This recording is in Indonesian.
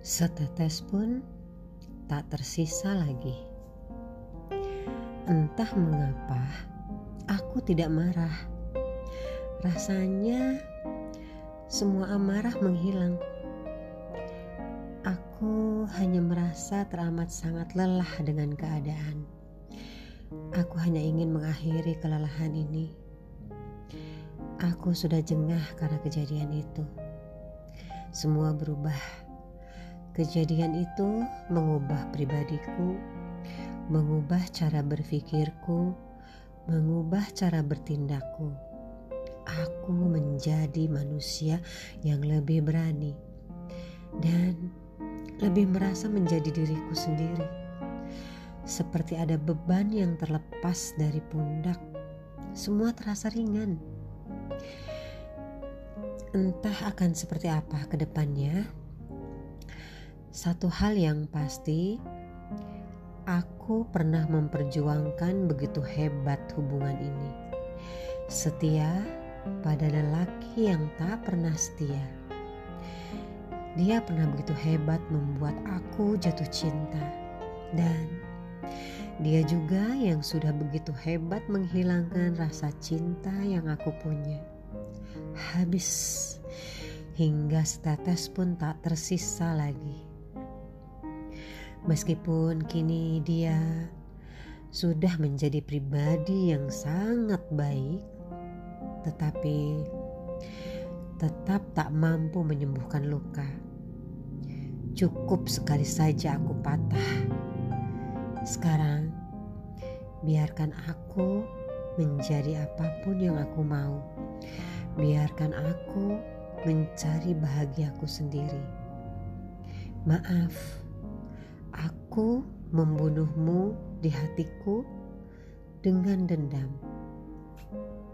Setetes pun tak tersisa lagi. Entah mengapa aku tidak marah. Rasanya semua amarah menghilang. Aku hanya merasa teramat sangat lelah dengan keadaan. Aku hanya ingin mengakhiri kelelahan ini. Aku sudah jengah karena kejadian itu. Semua berubah. Kejadian itu mengubah pribadiku, mengubah cara berpikirku, mengubah cara bertindakku. Aku menjadi manusia yang lebih berani dan lebih merasa menjadi diriku sendiri. Seperti ada beban yang terlepas dari pundak. Semua terasa ringan. Entah akan seperti apa ke depannya. Satu hal yang pasti, aku pernah memperjuangkan begitu hebat hubungan ini. Setia pada lelaki yang tak pernah setia. Dia pernah begitu hebat membuat aku jatuh cinta. Dan dia juga yang sudah begitu hebat menghilangkan rasa cinta yang aku punya. Habis, hingga setetes pun tak tersisa lagi. Meskipun kini dia sudah menjadi pribadi yang sangat baik, tetapi tetap tak mampu menyembuhkan luka. Cukup sekali saja aku patah. Sekarang, biarkan aku menjadi apapun yang aku mau. Biarkan aku mencari bahagiaku sendiri. Maaf, aku membunuhmu di hatiku dengan dendam.